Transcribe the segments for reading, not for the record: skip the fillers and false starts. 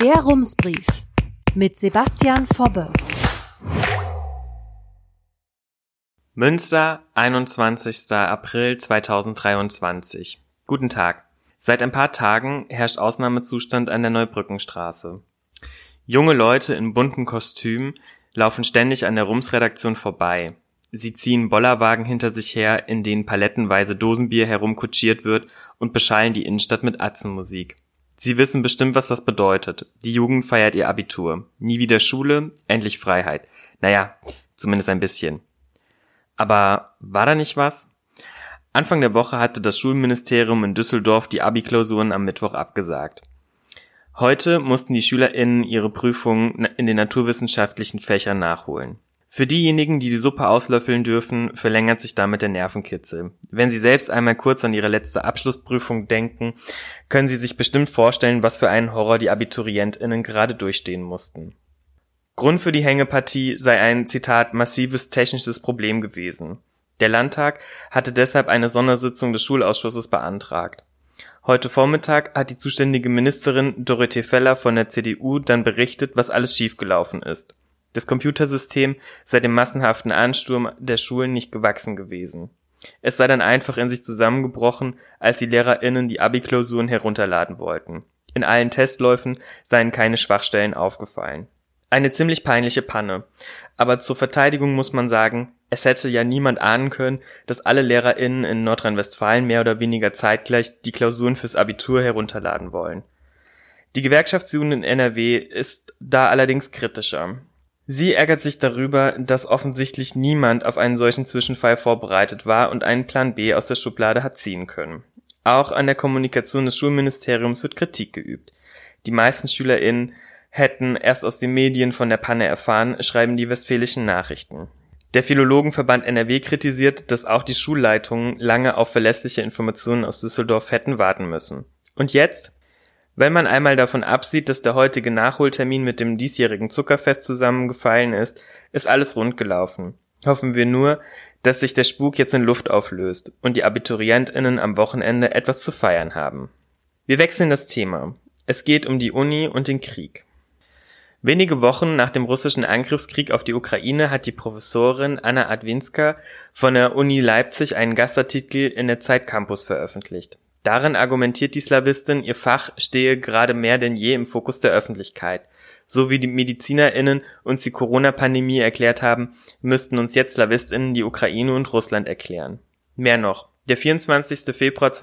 Der Rumsbrief mit Sebastian Fobbe. Münster, 21. April 2023. Guten Tag. Seit ein paar Tagen herrscht Ausnahmezustand an der Neubrückenstraße. Junge Leute in bunten Kostümen laufen ständig an der Rums-Redaktion vorbei. Sie ziehen Bollerwagen hinter sich her, in denen palettenweise Dosenbier herumkutschiert wird und beschallen die Innenstadt mit Atzenmusik. Sie wissen bestimmt, was das bedeutet. Die Jugend feiert ihr Abitur. Nie wieder Schule, endlich Freiheit. Naja, zumindest ein bisschen. Aber war da nicht was? Anfang der Woche hatte das Schulministerium in Düsseldorf die Abi-Klausuren am Mittwoch abgesagt. Heute mussten die SchülerInnen ihre Prüfungen in den naturwissenschaftlichen Fächern nachholen. Für diejenigen, die die Suppe auslöffeln dürfen, verlängert sich damit der Nervenkitzel. Wenn sie selbst einmal kurz an ihre letzte Abschlussprüfung denken, können sie sich bestimmt vorstellen, was für einen Horror die AbiturientInnen gerade durchstehen mussten. Grund für die Hängepartie sei ein, Zitat, massives technisches Problem gewesen. Der Landtag hatte deshalb eine Sondersitzung des Schulausschusses beantragt. Heute Vormittag hat die zuständige Ministerin Dorothee Feller von der CDU dann berichtet, was alles schiefgelaufen ist. Das Computersystem sei dem massenhaften Ansturm der Schulen nicht gewachsen gewesen. Es sei dann einfach in sich zusammengebrochen, als die LehrerInnen die Abi-Klausuren herunterladen wollten. In allen Testläufen seien keine Schwachstellen aufgefallen. Eine ziemlich peinliche Panne. Aber zur Verteidigung muss man sagen, es hätte ja niemand ahnen können, dass alle LehrerInnen in Nordrhein-Westfalen mehr oder weniger zeitgleich die Klausuren fürs Abitur herunterladen wollen. Die Gewerkschaftsjugend in NRW ist da allerdings kritischer. Sie ärgert sich darüber, dass offensichtlich niemand auf einen solchen Zwischenfall vorbereitet war und einen Plan B aus der Schublade hat ziehen können. Auch an der Kommunikation des Schulministeriums wird Kritik geübt. Die meisten SchülerInnen hätten erst aus den Medien von der Panne erfahren, schreiben die Westfälischen Nachrichten. Der Philologenverband NRW kritisiert, dass auch die Schulleitungen lange auf verlässliche Informationen aus Düsseldorf hätten warten müssen. Und jetzt? Wenn man einmal davon absieht, dass der heutige Nachholtermin mit dem diesjährigen Zuckerfest zusammengefallen ist, ist alles rund gelaufen. Hoffen wir nur, dass sich der Spuk jetzt in Luft auflöst und die AbiturientInnen am Wochenende etwas zu feiern haben. Wir wechseln das Thema. Es geht um die Uni und den Krieg. Wenige Wochen nach dem russischen Angriffskrieg auf die Ukraine hat die Professorin Anna Adwinska von der Uni Leipzig einen Gastartikel in der Zeit Campus veröffentlicht. Darin argumentiert die Slawistin, ihr Fach stehe gerade mehr denn je im Fokus der Öffentlichkeit. So wie die MedizinerInnen uns die Corona-Pandemie erklärt haben, müssten uns jetzt SlawistInnen die Ukraine und Russland erklären. Mehr noch, der 24. Februar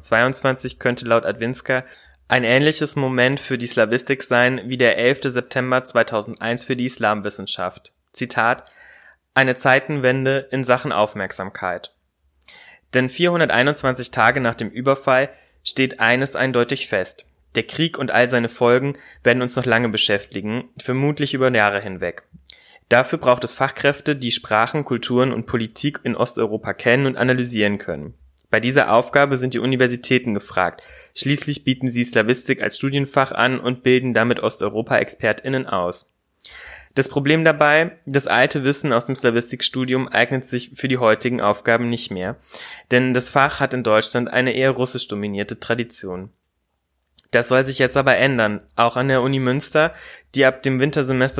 2022 könnte laut Adwinska ein ähnliches Moment für die Slawistik sein wie der 11. September 2001 für die Islamwissenschaft. Zitat, eine Zeitenwende in Sachen Aufmerksamkeit. Denn 421 Tage nach dem Überfall steht eines eindeutig fest. Der Krieg und all seine Folgen werden uns noch lange beschäftigen, vermutlich über Jahre hinweg. Dafür braucht es Fachkräfte, die Sprachen, Kulturen und Politik in Osteuropa kennen und analysieren können. Bei dieser Aufgabe sind die Universitäten gefragt. Schließlich bieten sie Slawistik als Studienfach an und bilden damit Osteuropa-ExpertInnen aus. Das Problem dabei, das alte Wissen aus dem Slawistikstudium eignet sich für die heutigen Aufgaben nicht mehr, denn das Fach hat in Deutschland eine eher russisch dominierte Tradition. Das soll sich jetzt aber ändern, auch an der Uni Münster, die ab dem Wintersemester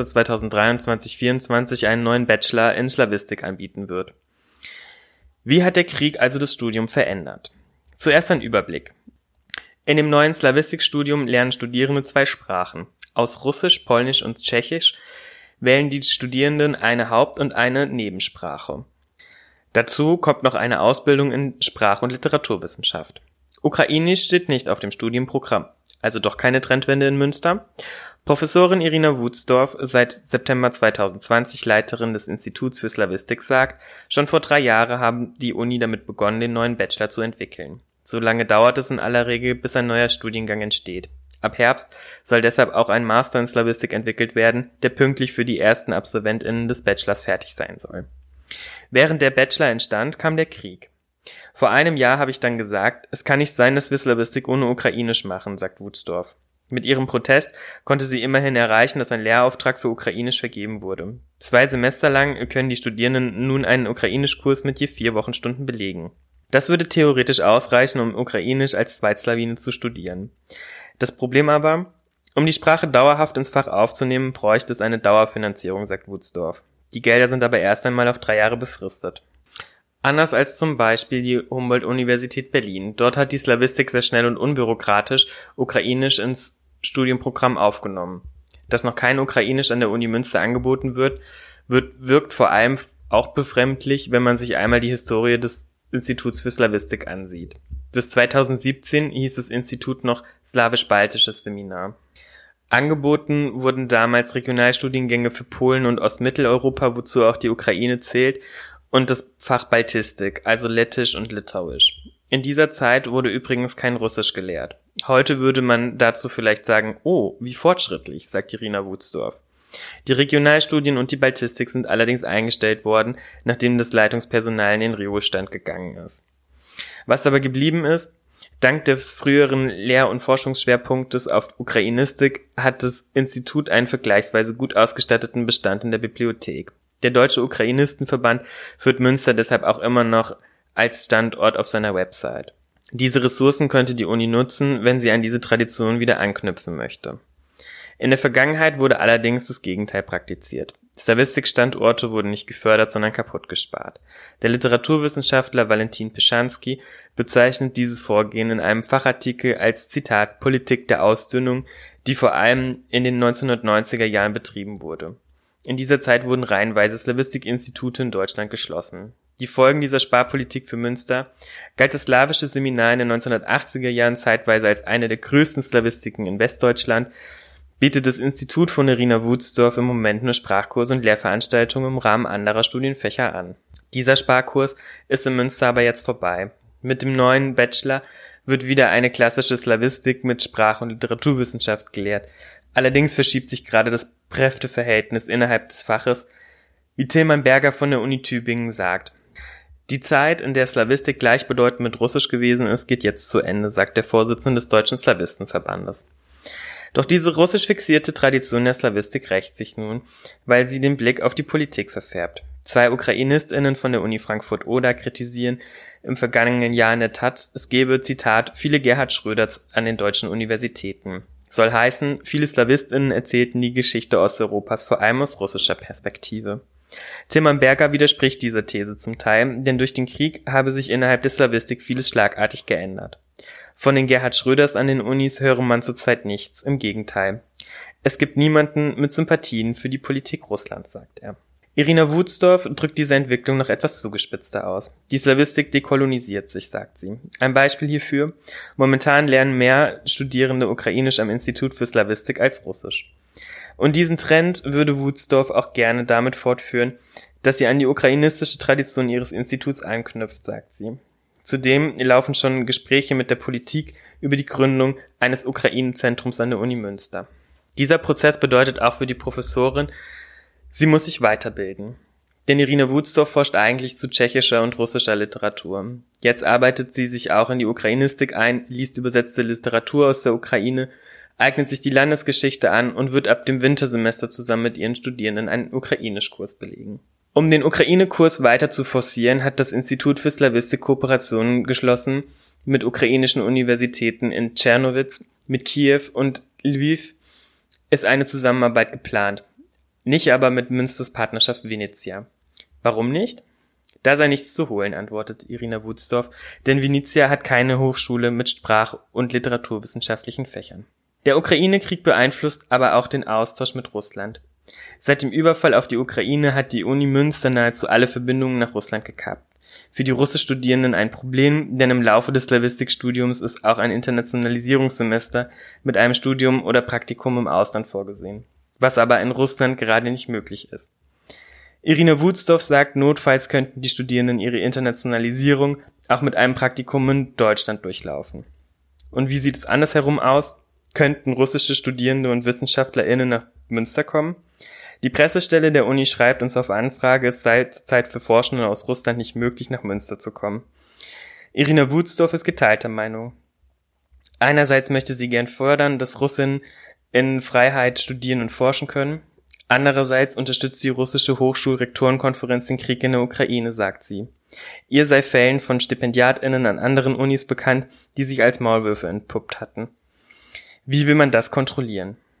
2023/24 einen neuen Bachelor in Slawistik anbieten wird. Wie hat der Krieg also das Studium verändert? Zuerst ein Überblick. In dem neuen Slawistikstudium lernen Studierende 2 Sprachen. Aus Russisch, Polnisch und Tschechisch wählen die Studierenden eine Haupt- und eine Nebensprache. Dazu kommt noch eine Ausbildung in Sprach- und Literaturwissenschaft. Ukrainisch steht nicht auf dem Studienprogramm, also doch keine Trendwende in Münster. Professorin Irina Wutsdorf, seit September 2020 Leiterin des Instituts für Slawistik, sagt, schon vor 3 Jahren haben die Uni damit begonnen, den neuen Bachelor zu entwickeln. So lange dauert es in aller Regel, bis ein neuer Studiengang entsteht. Ab Herbst soll deshalb auch ein Master in Slawistik entwickelt werden, der pünktlich für die ersten AbsolventInnen des Bachelors fertig sein soll. Während der Bachelor entstand, kam der Krieg. Vor einem Jahr habe ich dann gesagt, es kann nicht sein, dass wir Slawistik ohne Ukrainisch machen, sagt Wutsdorf. Mit ihrem Protest konnte sie immerhin erreichen, dass ein Lehrauftrag für Ukrainisch vergeben wurde. 2 Semester lang können die Studierenden nun einen Ukrainischkurs mit je 4 Wochenstunden belegen. Das würde theoretisch ausreichen, um Ukrainisch als Zweitslawine zu studieren. Das Problem aber, Um die Sprache dauerhaft ins Fach aufzunehmen, bräuchte es eine Dauerfinanzierung, sagt Wutsdorf. Die Gelder sind aber erst einmal auf 3 Jahre befristet. Anders als zum Beispiel die Humboldt-Universität Berlin. Dort hat die Slawistik sehr schnell und unbürokratisch Ukrainisch ins Studienprogramm aufgenommen. Dass noch kein Ukrainisch an der Uni Münster angeboten wirkt vor allem auch befremdlich, wenn man sich einmal die Historie des Instituts für Slawistik ansieht. Bis 2017 hieß das Institut noch Slawisch-Baltisches Seminar. Angeboten wurden damals Regionalstudiengänge für Polen und Ostmitteleuropa, wozu auch die Ukraine zählt, und das Fach Baltistik, also Lettisch und Litauisch. In dieser Zeit wurde übrigens kein Russisch gelehrt. Heute würde man dazu vielleicht sagen, oh, wie fortschrittlich, sagt Irina Wutsdorf. Die Regionalstudien und die Baltistik sind allerdings eingestellt worden, nachdem das Leitungspersonal in den Ruhestand gegangen ist. Was aber geblieben ist, dank des früheren Lehr- und Forschungsschwerpunktes auf Ukrainistik hat das Institut einen vergleichsweise gut ausgestatteten Bestand in der Bibliothek. Der Deutsche Ukrainistenverband führt Münster deshalb auch immer noch als Standort auf seiner Website. Diese Ressourcen könnte die Uni nutzen, wenn sie an diese Tradition wieder anknüpfen möchte. In der Vergangenheit wurde allerdings das Gegenteil praktiziert. Slawistik-Standorte wurden nicht gefördert, sondern kaputt gespart. Der Literaturwissenschaftler Valentin Peschanski bezeichnet dieses Vorgehen in einem Fachartikel als, Zitat, Politik der Ausdünnung, die vor allem in den 1990er Jahren betrieben wurde. In dieser Zeit wurden reihenweise Slawistik-Institute in Deutschland geschlossen. Die Folgen dieser Sparpolitik für Münster galt das slawische Seminar in den 1980er Jahren zeitweise als eine der größten Slawistiken in Westdeutschland, bietet das Institut von Irina Wutsdorf im Moment nur Sprachkurse und Lehrveranstaltungen im Rahmen anderer Studienfächer an. Dieser Sparkurs ist in Münster aber jetzt vorbei. Mit dem neuen Bachelor wird wieder eine klassische Slawistik mit Sprach- und Literaturwissenschaft gelehrt. Allerdings verschiebt sich gerade das Kräfteverhältnis innerhalb des Faches, wie Tilman Berger von der Uni Tübingen sagt. Die Zeit, in der Slawistik gleichbedeutend mit Russisch gewesen ist, geht jetzt zu Ende, sagt der Vorsitzende des Deutschen Slawistenverbandes. Doch diese russisch fixierte Tradition der Slawistik rächt sich nun, weil sie den Blick auf die Politik verfärbt. 2 UkrainistInnen von der Uni Frankfurt-Oder kritisieren im vergangenen Jahr in der Taz, es gebe, Zitat, viele Gerhard Schröders an den deutschen Universitäten. Soll heißen, viele SlawistInnen erzählten die Geschichte Osteuropas vor allem aus russischer Perspektive. Tilman Berger widerspricht dieser These zum Teil, denn durch den Krieg habe sich innerhalb der Slawistik vieles schlagartig geändert. Von den Gerhard Schröders an den Unis höre man zurzeit nichts, im Gegenteil. Es gibt niemanden mit Sympathien für die Politik Russlands, sagt er. Irina Wutsdorf drückt diese Entwicklung noch etwas zugespitzter aus. Die Slawistik dekolonisiert sich, sagt sie. Ein Beispiel hierfür: Momentan lernen mehr Studierende Ukrainisch am Institut für Slawistik als Russisch. Und diesen Trend würde Wutsdorf auch gerne damit fortführen, dass sie an die ukrainistische Tradition ihres Instituts anknüpft, sagt sie. Zudem laufen schon Gespräche mit der Politik über die Gründung eines Ukraine-Zentrums an der Uni Münster. Dieser Prozess bedeutet auch für die Professorin, sie muss sich weiterbilden. Denn Irina Wutsdorf forscht eigentlich zu tschechischer und russischer Literatur. Jetzt arbeitet sie sich auch in die Ukrainistik ein, liest übersetzte Literatur aus der Ukraine, eignet sich die Landesgeschichte an und wird ab dem Wintersemester zusammen mit ihren Studierenden einen Ukrainischkurs belegen. Um den Ukraine-Kurs weiter zu forcieren, hat das Institut für Slawistik Kooperationen geschlossen mit ukrainischen Universitäten in Czernowitz, mit Kiew und Lviv ist eine Zusammenarbeit geplant. Nicht aber mit Münsters Partnerschaft Venezia. Warum nicht? Da sei nichts zu holen, antwortet Irina Wutsdorf, denn Venezia hat keine Hochschule mit Sprach- und literaturwissenschaftlichen Fächern. Der Ukraine-Krieg beeinflusst aber auch den Austausch mit Russland. Seit dem Überfall auf die Ukraine hat die Uni Münster nahezu alle Verbindungen nach Russland gekappt. Für die Russischstudierenden ein Problem, denn im Laufe des Slawistikstudiums ist auch ein Internationalisierungssemester mit einem Studium oder Praktikum im Ausland vorgesehen, was aber in Russland gerade nicht möglich ist. Irina Wutsdorf sagt, notfalls könnten die Studierenden ihre Internationalisierung auch mit einem Praktikum in Deutschland durchlaufen. Und wie sieht es andersherum aus? Könnten russische Studierende und WissenschaftlerInnen nach Münster kommen? Die Pressestelle der Uni schreibt uns auf Anfrage, es sei zurzeit für Forschende aus Russland nicht möglich, nach Münster zu kommen. Irina Wutsdorf ist geteilter Meinung. Einerseits möchte sie gern fördern, dass Russinnen in Freiheit studieren und forschen können. Andererseits unterstützt die russische Hochschulrektorenkonferenz den Krieg in der Ukraine, sagt sie. Ihr sei Fällen von StipendiatInnen an anderen Unis bekannt, die sich als Maulwürfe entpuppt hatten. Wie will man das kontrollieren?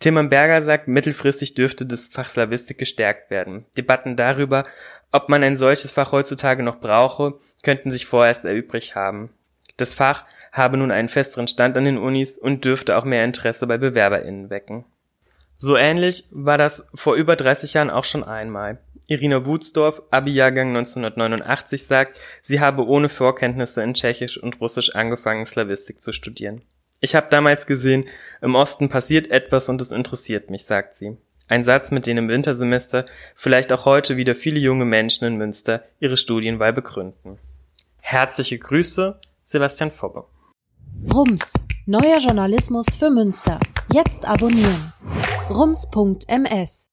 Tilman Berger sagt, mittelfristig dürfte das Fach Slawistik gestärkt werden. Debatten darüber, ob man ein solches Fach heutzutage noch brauche, könnten sich vorerst erübrigt haben. Das Fach habe nun einen festeren Stand an den Unis und dürfte auch mehr Interesse bei BewerberInnen wecken. So ähnlich war das vor über 30 Jahren auch schon einmal. Irina Wudsdorf, Abi-Jahrgang 1989, sagt, sie habe ohne Vorkenntnisse in Tschechisch und Russisch angefangen, Slawistik zu studieren. Ich habe damals gesehen, im Osten passiert etwas und es interessiert mich, sagt sie. Ein Satz, mit dem im Wintersemester vielleicht auch heute wieder viele junge Menschen in Münster ihre Studienwahl begründen. Herzliche Grüße, Sebastian Fobbe. Rums, neuer Journalismus für Münster. Jetzt abonnieren. rums.ms